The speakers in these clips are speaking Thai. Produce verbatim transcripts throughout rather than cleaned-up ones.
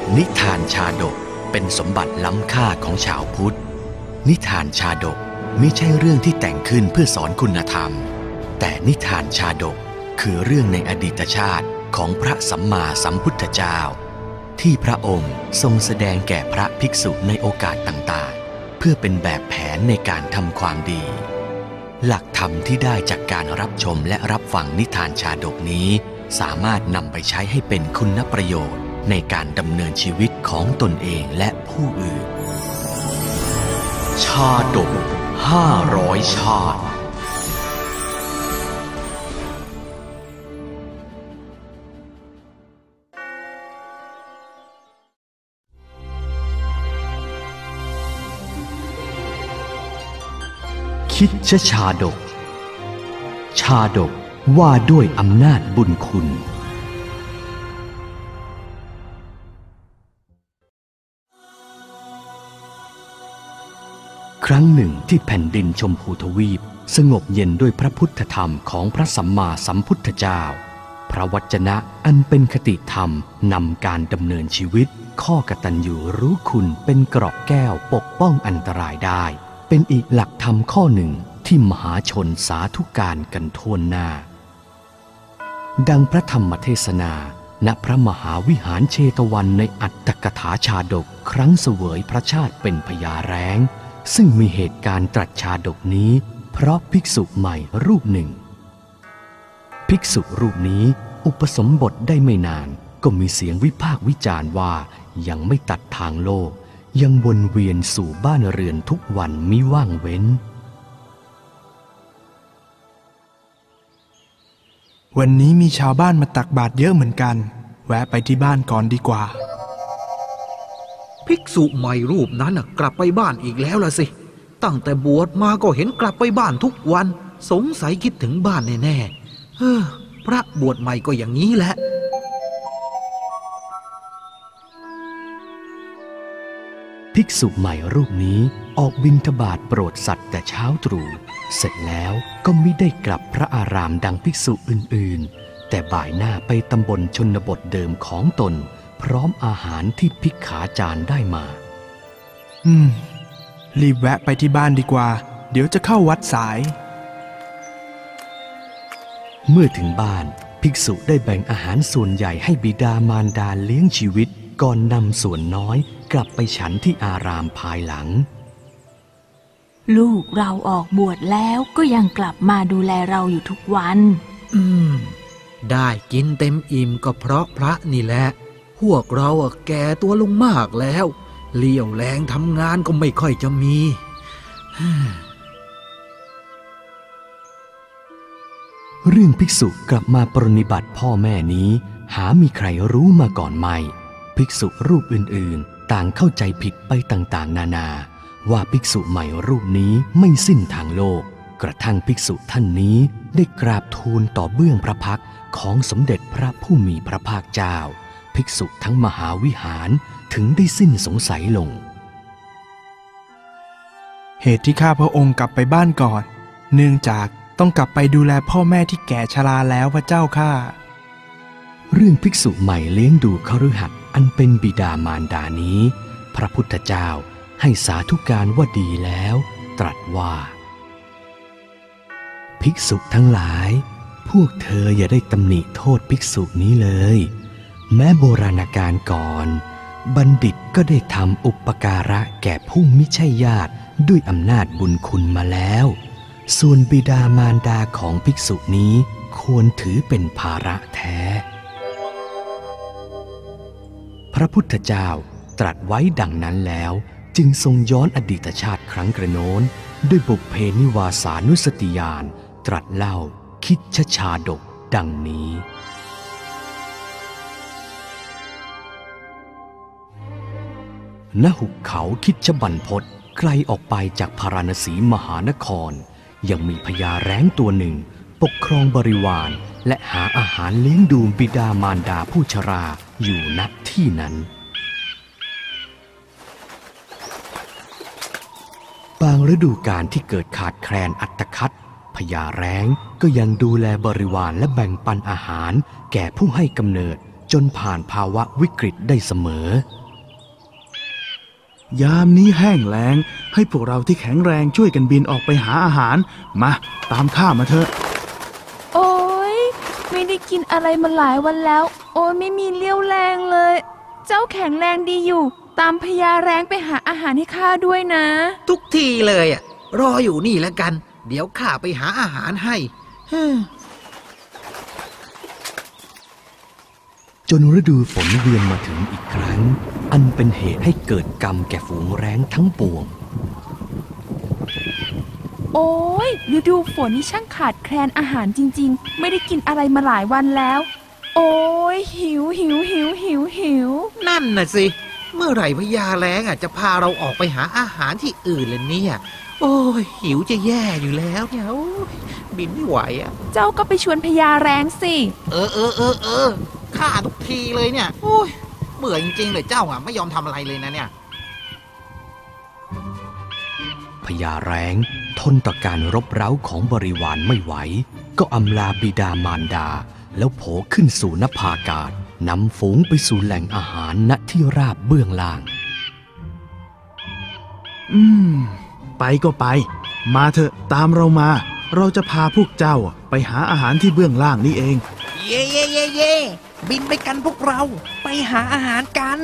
นิทานชาดกเป็นสมบัติล้ำค่าของชาวพุทธนิทานชาดกไม่ใช่เรื่องที่แต่งขึ้นเพื่อสอนคุณธรรมแต่นิทานชาดกคือเรื่องในอดีตชาติของพระสัมมาสัมพุทธเจ้าที่พระองค์ทรงแสดงแก่พระภิกษุในโอกาสต่างๆเพื่อเป็นแบบแผนในการทำความดีหลักธรรมที่ได้จากการรับชมและรับฟังนิทานชาดกนี้สามารถนำไปใช้ให้เป็นคุณประโยชน์ในการดำเนินชีวิตของตนเองและผู้อื่นชาดกห้าร้อยชาติคิดชชาดกชาดกว่าด้วยอำนาจบุญคุณครั้งหนึ่งที่แผ่นดินชมพูทวีปสงบเย็นด้วยพระพุทธธรรมของพระสัมมาสัมพุทธเจ้าพระวจนะอันเป็นคติธรรมนำการดำเนินชีวิตข้อกตัญญูรู้คุณเป็นเกราะแก้วปกป้องอันตรายได้เป็นอีกหลักธรรมข้อหนึ่งที่มหาชนสาธุการกันทั่วหน้าดังพระธรรมเทศนาณพระมหาวิหารเชตวันในอัตถกถาชาดกครั้งเสวยพระชาติเป็นพญาแร้งซึ่งมีเหตุการณ์ตรัสชาดกนี้เพราะภิกษุใหม่รูปหนึ่งภิกษุรูปนี้อุปสมบทได้ไม่นานก็มีเสียงวิพากษ์วิจารณ์ว่ายังไม่ตัดทางโลกยังวนเวียนสู่บ้านเรือนทุกวันมิว่างเว้นวันนี้มีชาวบ้านมาตักบาตรเยอะเหมือนกันแวะไปที่บ้านก่อนดีกว่าภิกษุใหม่รูปนั้นกลับไปบ้านอีกแล้วล่ะสิตั้งแต่บวชมาก็เห็นกลับไปบ้านทุกวันสงสัยคิดถึงบ้านแน่ๆเฮ้อพระบวชใหม่ก็อย่างนี้แหละภิกษุใหม่รูปนี้ออกบิณฑบาตโปรดสัตว์แต่เช้าตรู่เสร็จแล้วก็มิได้กลับพระอารามดังภิกษุอื่นๆแต่บ่ายหน้าไปตำบลชนบทเดิมของตนพร้อมอาหารที่ภิกขาจารย์ได้มาอืมรีบแวะไปที่บ้านดีกว่าเดี๋ยวจะเข้าวัดสายเมื่อถึงบ้านภิกษุได้แบ่งอาหารส่วนใหญ่ให้บิดามารดาเลี้ยงชีวิตก่อนนำส่วนน้อยกลับไปฉันที่อารามภายหลังลูกเราออกบวชแล้วก็ยังกลับมาดูแลเราอยู่ทุกวันอืมได้กินเต็มอิ่มก็เพราะพระนี่แหละพวกเราแก่ตัวลงมากแล้วเลี้ยวแรงทำงานก็ไม่ค่อยจะมีเรื่องภิกษุกลับมาปรนนิบัติพ่อแม่นี้หามีใครรู้มาก่อนไม่ภิกษุรูปอื่นๆต่างเข้าใจผิดไปต่างๆนานาว่าภิกษุใหม่รูปนี้ไม่สิ้นทางโลกกระทั่งภิกษุท่านนี้ได้กราบทูลต่อเบื้องพระพักตร์ของสมเด็จพระผู้มีพระภาคเจ้าภิกษุทั้งมหาวิหารถึงได้สิ้นสงสัยลงเหตุที่ข้าพระองค์กลับไปบ้านก่อนเนื่องจากต้องกลับไปดูแลพ่อแม่ที่แก่ชราแล้วพระเจ้าข้าเรื่องภิกษุใหม่เลี้ยงดูคฤหัสถ์อันเป็นบิดามารดานี้พระพุทธเจ้าให้สาธุการว่าดีแล้วตรัสว่าภิกษุทั้งหลายพวกเธออย่าได้ตำหนิโทษภิกษุนี้เลยแม้โบราณกาลก่อนบัณฑิตก็ได้ทำอุปการะแก่ผู้มิใช่ญาติด้วยอำนาจบุญคุณมาแล้วส่วนบิดามารดาของภิกษุนี้ควรถือเป็นภาระแท้พระพุทธเจ้าตรัสไว้ดังนั้นแล้วจึงทรงย้อนอดีตชาติครั้งกระโน้นด้วยบุพเพนิวาสานุสติญาณตรัสเล่าคิดชชาดกดังนี้ณหุบเขาคิชบรรพตไกลออกไปจากพาราณสีมหานครยังมีพญาแร้งตัวหนึ่งปกครองบริวารและหาอาหารเลี้ยงดูบิดามารดาผู้ชราอยู่ณที่นั้นบางฤดูกาลที่เกิดขาดแคลนอัตคัดพญาแร้งก็ยังดูแลบริวารและแบ่งปันอาหารแก่ผู้ให้กำเนิดจนผ่านภาวะวิกฤตได้เสมอยามนี้แห้งแล้งให้พวกเราที่แข็งแรงช่วยกันบินออกไปหาอาหารมาตามข้ามาเถอะโอ๊ยไม่ได้กินอะไรมาหลายวันแล้วโอ๊ยไม่มีเลี้ยวแรงเลยเจ้าแข็งแรงดีอยู่ตามพญาแร้งไปหาอาหารให้ข้าด้วยนะทุกทีเลยอ่ะรออยู่นี่แล้วกันเดี๋ยวข้าไปหาอาหารให้จนฤดูฝนเวียนมาถึงอีกครั้งอันเป็นเหตุให้เกิดกรรมแก่ฝูงแร้งทั้งปวงโอ้ยฤดูฝนนี่ช่างขาดแคลนอาหารจริงๆไม่ได้กินอะไรมาหลายวันแล้วโอ้ยหิวหิวหิวหิวหิวนั่นน่ะสิเมื่อไหร่พญาแร้งอ่ะจะพาเราออกไปหาอาหารที่อื่นเลยเนี่ยโอ้ยหิวจะแย่อยู่แล้วเนี่ยโอ้ยบินไม่ไหวอ่ะเจ้าก็ไปชวนพญาแร้งสิเออเออเออเออข้าทุกทีเลยเนี่ยโอ้ยเบื่อจริงๆเลยเจ้าอ่ะไม่ยอมทำอะไรเลยนะเนี่ยพญาแร้งทนต่อการรบเร้าของบริวารไม่ไหวก็อำลาบิดามารดาแล้วโผขึ้นสู่นภาอากาศนำฝูงไปสู่แหล่งอาหารณที่ราบเบื้องล่างอืมไปก็ไปมาเถอะตามเรามาเราจะพาพวกเจ้าไปหาอาหารที่เบื้องล่างนี่เองเย่เย่เย่เย่บินไปกันพวกเราไปหาอาหารกัน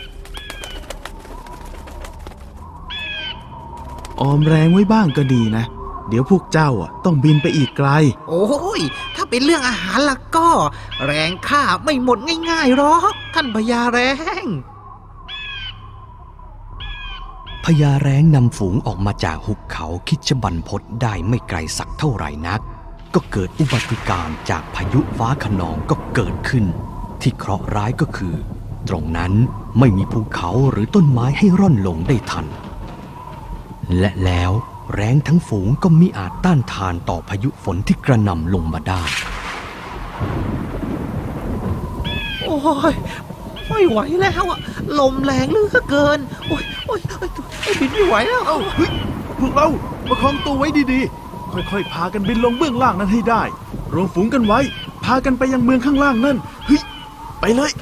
ออมแรงไว้บ้างก็ดีนะเดี๋ยวพวกเจ้าอ่ะต้องบินไปอีกไกลโอ้ยถ้าเป็นเรื่องอาหารล่ะก็แรงข้าไม่หมดง่ายๆหรอกท่านพญาแร้งพญาแร้งนำฝูงออกมาจากหุบเขาคิชบันพตได้ไม่ไกลสักเท่าไหร่นักก็เกิดอุบัติการณ์จากพายุฟ้าคะนองก็เกิดขึ้นที่เคราะห์ร้ายก็คือตรงนั้นไม่มีภูเขาหรือต้นไม้ให้ร่อนลงได้ทันและแล้วแร้งทั้งฝูงก็มิอาจต้านทานต่อพายุฝนที่กระหน่ำลงมาได้โอ้ยไม่ไหวแล้วอะลมแรงเหลือเกินโอ้ยโอ้ยไอ้บินไม่ไหวแล้วเอ้าเฮ้ยพวกเราประคองตัวไว้ดีๆค่อยๆพากันบินลงเบื้องล่างนั้นให้ได้รวมฝูงกันไว้พากันไปยังเมืองข้างล่างนั่นเฮ้ยไปเลย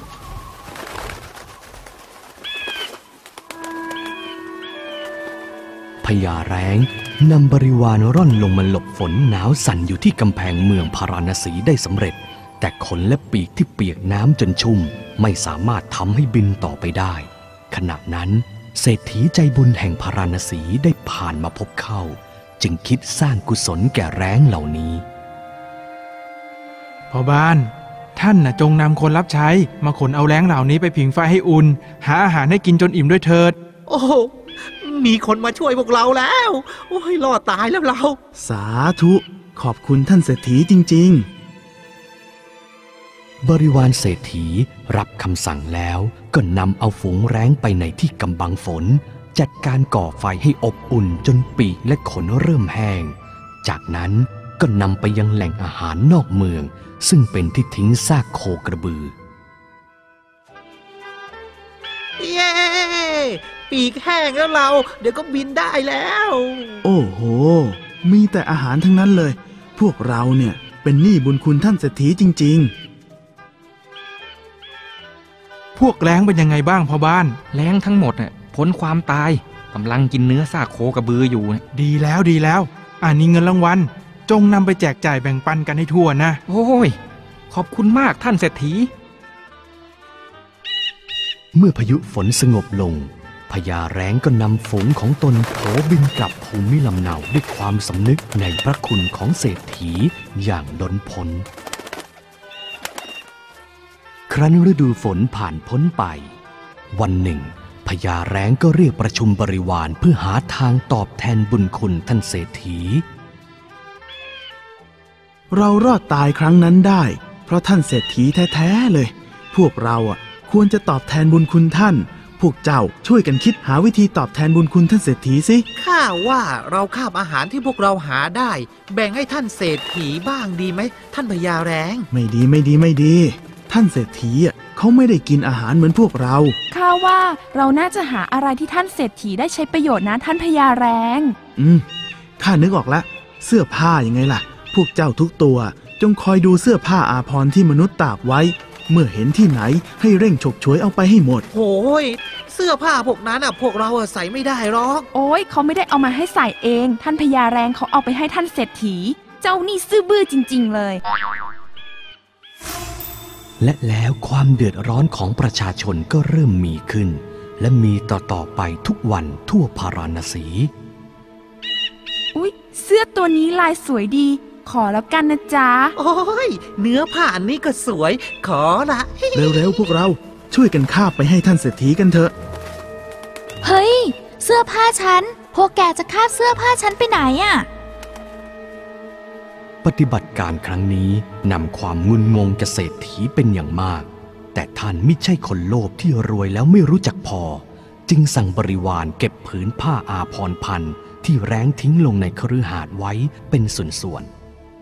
พญาแร้งนำบริวารร่อนลงมาหลบฝนหนาวสั่นอยู่ที่กำแพงเมืองพาราณสีได้สำเร็จแต่ขนและปีกที่เปียกน้ำจนชุ่มไม่สามารถทำให้บินต่อไปได้ขณะนั้นเศรษฐีใจบุญแห่งพาราณสีได้ผ่านมาพบเข้าจึงคิดสร้างกุศลแก่แร้งเหล่านี้พ่อบ้านท่านน่ะจงนำคนรับใช้มาขนเอาแร้งเหล่านี้ไปผิงไฟให้อุ่นหาอาหารให้กินจนอิ่มด้วยเถิดโอ้มีคนมาช่วยพวกเราแล้วโอ้ยรอดตายแล้วเราสาธุขอบคุณท่านเศรษฐีจริงๆบริวารเศรษฐีรับคำสั่งแล้วก็นำเอาฝูงแร้งไปในที่กำบังฝนจัดการก่อไฟให้อบอุ่นจนปีกและขนเริ่มแห้งจากนั้นก็นำไปยังแหล่งอาหารนอกเมืองซึ่งเป็นที่ทิ้งซากโคกระบือเย้ปีกแห้งแล้วเราเดี๋ยวก็บินได้แล้วโอ้โหมีแต่อาหารทั้งนั้นเลยพวกเราเนี่ยเป็นหนี้บุญคุณท่านเศรษฐีจริงๆพวกแร้งเป็นยังไงบ้างพ่อบ้านแร้งทั้งหมดน่ะพ้นความตายกำลังกินเนื้อซากโคกระบืออยู่ดีแล้วดีแล้วอ่านี่เงินรางวัลจงนำไปแจกจ่ายแบ่งปันกันให้ทั่วนะโอ้ยขอบคุณมากท่านเศรษฐีเมื่อพายุฝนสงบลงพญาแร้งก็นำฝูงของตนโผบินกลับภูมิลำเนาด้วยความสำนึกในพระคุณของเศรษฐีอย่างล้นพ้นครั้นฤดูฝนผ่านพ้นไปวันหนึ่งพญาแร้งก็เรียกประชุมบริวารเพื่อหาทางตอบแทนบุญคุณท่านเศรษฐีเรารอดตายครั้งนั้นได้เพราะท่านเศรษฐีแท้ๆเลยพวกเราอ่ะควรจะตอบแทนบุญคุณท่านพวกเจ้าช่วยกันคิดหาวิธีตอบแทนบุญคุณท่านเศรษฐีสิข้าว่าเราคาบอาหารที่พวกเราหาได้แบ่งให้ท่านเศรษฐีบ้างดีไหมท่านพญาแร้งไม่ดีไม่ดีไม่ดีท่านเศรษฐีอ่ะเขาไม่ได้กินอาหารเหมือนพวกเราข้าว่าเราน่าจะหาอะไรที่ท่านเศรษฐีได้ใช้ประโยชน์นะท่านพญาแร้งอืมข้านึกออกละเสื้อผ้ายังไงล่ะพวกเจ้าทุกตัวจงคอยดูเสื้อผ้าอาภรณ์ที่มนุษย์ตากไว้เมื่อเห็นที่ไหนให้เร่งฉกฉวยเอาไปให้หมดโอ้ยเสื้อผ้าพวกนั้นอ่ะพวกเราอะใส่ไม่ได้หรอกโอ้ยเขาไม่ได้เอามาให้ใส่เอง ท่านพญาแรงเขาเอาไปให้ท่านเศรษฐี เจ้านี่ซื่อบื้อจริงๆเลยและแล้วความเดือดร้อนของประชาชนก็เริ่มมีขึ้น และมีต่อๆไปทุกวันทั่วพาราณสีอุ๊ยเสื้อตัวนี้ลายสวยดี ขอแล้วกันนะจ๊ะโอ้ยเนื้อผ้าอันนี้ก็สวย ขอละเร็วๆพวกเราช่วยกันคาบไปให้ท่านเศรษฐีกันเถอะเฮ้ย เสื้อผ้าฉัน พวกแกจะคาบเสื้อผ้าฉันไปไหนอะปฏิบัติการครั้งนี้นำความงุนงงแก่เศรษฐีเป็นอย่างมาก แต่ท่านไม่ใช่คนโลภที่รวยแล้วไม่รู้จักพอ จึงสั่งบริวารเก็บผืนผ้าอาภรณ์พันธุ์ที่แร้งทิ้งลงในคฤหาสน์ไว้เป็นส่วน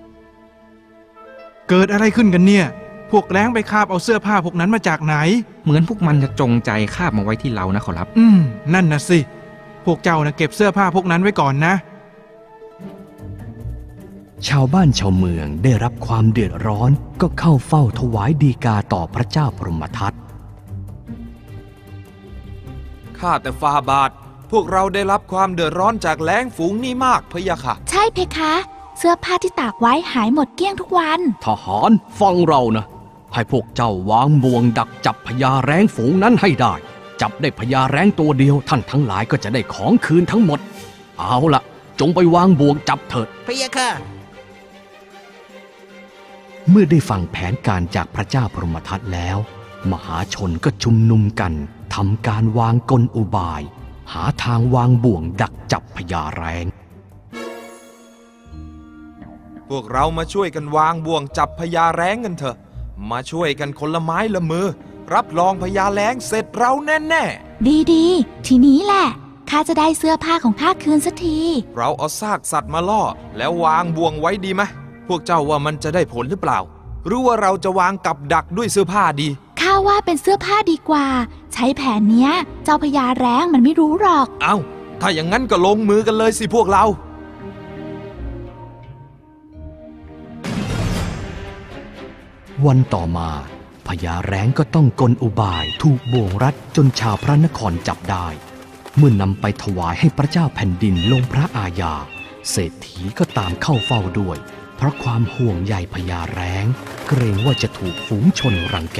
ๆเกิดอะไรขึ้นกันเนี่ยพวกแร้งไปคาบเอาเสื้อผ้าพวกนั้นมาจากไหนเหมือนพวกมันจะจงใจคาบมาไว้ที่เรานะขอรับอืมนั่นนะสิพวกเจ้านะเก็บเสื้อผ้าพวกนั้นไว้ก่อนนะชาวบ้านชาวเมืองได้รับความเดือดร้อนก็เข้าเฝ้าถวายฎีกาต่อพระเจ้าพรหมทัตข้าแต่ฟาบาทพวกเราได้รับความเดือดร้อนจากแล้งฝูงนี้มากพะยะค่ะใช่เพคะ เสื้อผ้าที่ตากไว้หายหมดเกลี้ยงทุกวันทหารฟังเรานะให้พวกเจ้าวางบ่วงดักจับพญาแร้งฝูงนั้นให้ได้จับได้พญาแร้งตัวเดียวท่านทั้งหลายก็จะได้ของคืนทั้งหมดเอาละจงไปวางบ่วงจับเถิดพะยะค่ะเมื่อได้ฟังแผนการจากพระเจ้าพรหมทัตแล้ว มหาชนก็ชุมนุมกันทำการวางกลอุบาย หาทางวางบ่วงดักจับพญาแร้งพวกเรามาช่วยกันวางบ่วงจับพญาแร้งกันเถอะมาช่วยกันคนละไม้ละมือรับรองพญาแร้งเสร็จเราแน่ๆดีดีทีนี้แหละข้าจะได้เสื้อผ้าของข้าคืนสักทีเราเอาซากสัตว์มาล่อแล้ววางบ่วงไว้ดีไหมพวกเจ้าว่ามันจะได้ผลหรือเปล่าหรือว่าเราจะวางกับดักด้วยเสื้อผ้าดีข้าว่าเป็นเสื้อผ้าดีกว่าใช้แผนเนี้ยเจ้าพญาแร้งมันไม่รู้หรอกเอ้าถ้าอย่างนั้นก็ลงมือกันเลยสิพวกเราวันต่อมาพญาแร้งก็ต้องกลอุบายถูกบ่วงรัดจนชาวพระนครจับได้เมื่อนำไปถวายให้พระเจ้าแผ่นดินลงพระอาญาเศรษฐีก็ตามเข้าเฝ้าด้วยเพราะความห่วงใยพญาแร้งเกรงว่าจะถูกฝูงชนรังแก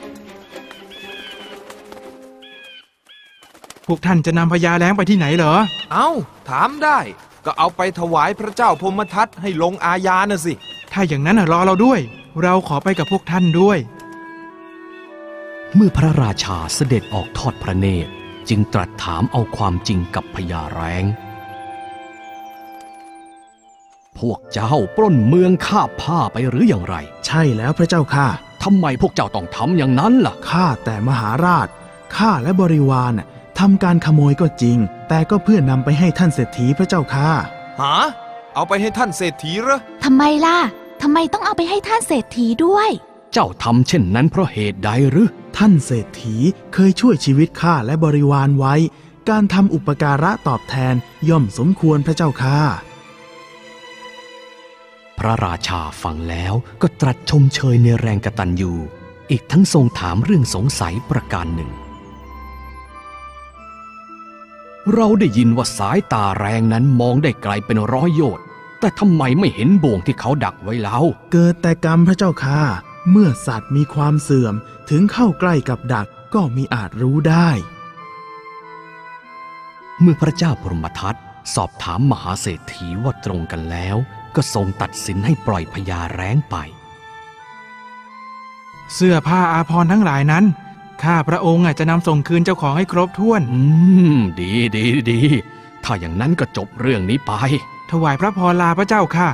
พวกท่านจะนำพญาแร้งไปที่ไหนเหรอเอ้าถามได้ก็เอาไปถวายพระเจ้าพรหมทัตให้ลงอาญาน่ะสิถ้าอย่างนั้นรอเราด้วยเราขอไปกับพวกท่านด้วยเมื่อพระราชาเสด็จออกทอดพระเนตรจึงตรัสถามเอาความจริงกับพญาแร้งพวกเจ้าปล้นเมืองคาบผ้าไปหรืออย่างไรใช่แล้วพระเจ้าข้าทำไมพวกเจ้าต้องทำอย่างนั้นล่ะข้าแต่มหาราชข้าและบริวารทำการขโมยก็จริงแต่ก็เพื่อนำไปให้ท่านเศรษฐีพระเจ้าข้าหาเอาไปให้ท่านเศรษฐีเหรอทำไมล่ะทำไมต้องเอาไปให้ท่านเศรษฐีด้วยเจ้าทำเช่นนั้นเพราะเหตุใดหรือท่านเศรษฐีเคยช่วยชีวิตข้าและบริวารไว้การทำอุปการะตอบแทนย่อมสมควรพระเจ้าข้าพระราชาฟังแล้วก็ตรัสชมเชยในแรงกตัญญูอีกทั้งทรงถามเรื่องสงสัยประการหนึ่งเราได้ยินว่าสายตาแรงนั้นมองได้ไกลเป็นร้อยโยชน์แต่ทำไมไม่เห็นบ่วงที่เขาดักไว้เล่าเกิดแต่กรรมพระเจ้าข้าเมื่อสัตว์มีความเสื่อมถึงเข้าใกล้กับดักก็มิอาจรู้ได้เมื่อพระเจ้าพรหมทัตสอบถามมหาเศรษฐีว่าตรงกันแล้วก็ทรงตัดสินให้ปล่อยพญาแร้งไปเสื้อผ้าอาภรณ์ทั้งหลายนั้นข้าพระองค์จะนำส่งคืนเจ้าของให้ครบถ้วนอืมดีดีดีถ้าอย่างนั้นก็จบเรื่องนี้ไปถวายพระพรลาพระเจ้าค่ะ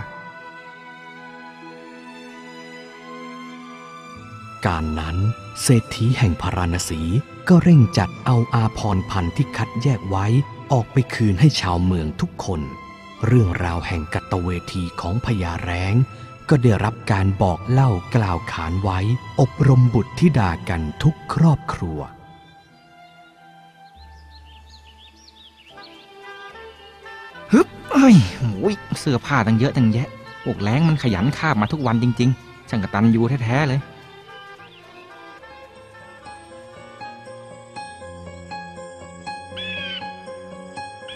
การนั้นเศรษฐีแห่งพาราณสีก็เร่งจัดเอาอาภรณ์พันธุ์ที่คัดแยกไว้ออกไปคืนให้ชาวเมืองทุกคนเรื่องราวแห่งกัตเวทีของพญาแร้งก็ได้รับการบอกเล่ากล่าวขานไว้อบรมบุตรธิดากันทุกครอบครัวฮึบเอ้ยโอ้ยเสื้อผ้าตั้งเยอะตั้งแยะพวกแร้งมันขยันคาบมาทุกวันจริงๆช่างกตัญญูแท้ๆเลย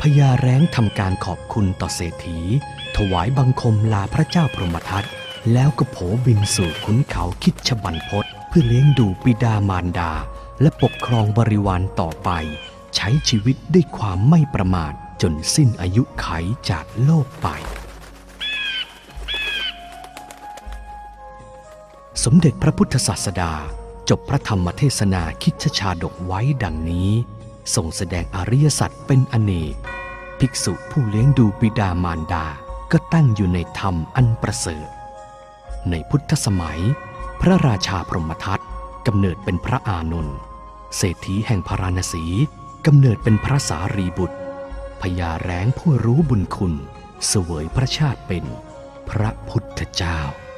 พญาแร้งทำการขอบคุณต่อเศรษฐีถวายบังคมลาพระเจ้าพรหมทัตแล้วก็โผบินสู่ขุนเขาคิชบรรพตเพื่อเลี้ยงดูบิดามารดาและปกครองบริวารต่อไปใช้ชีวิตด้วยความไม่ประมาทจนสิ้นอายุไขจากโลกไปสมเด็จพระพุทธศาสดาจบพระธรรมเทศนาคริสตชาดกไว้ดังนี้ทรงแสดงอริยสัจเป็นอเนกภิกษุผู้เลี้ยงดูบิดามารดาก็ตั้งอยู่ในธรรมอันประเสริฐในพุทธสมัยพระราชาพรหมทัตกำเนิดเป็นพระอานนท์เศรษฐีแห่งพาราณสีกำเนิดเป็นพระสารีบุตรพญาแร้งผู้รู้บุญคุณเสวยพระชาติเป็นพระพุทธเจ้า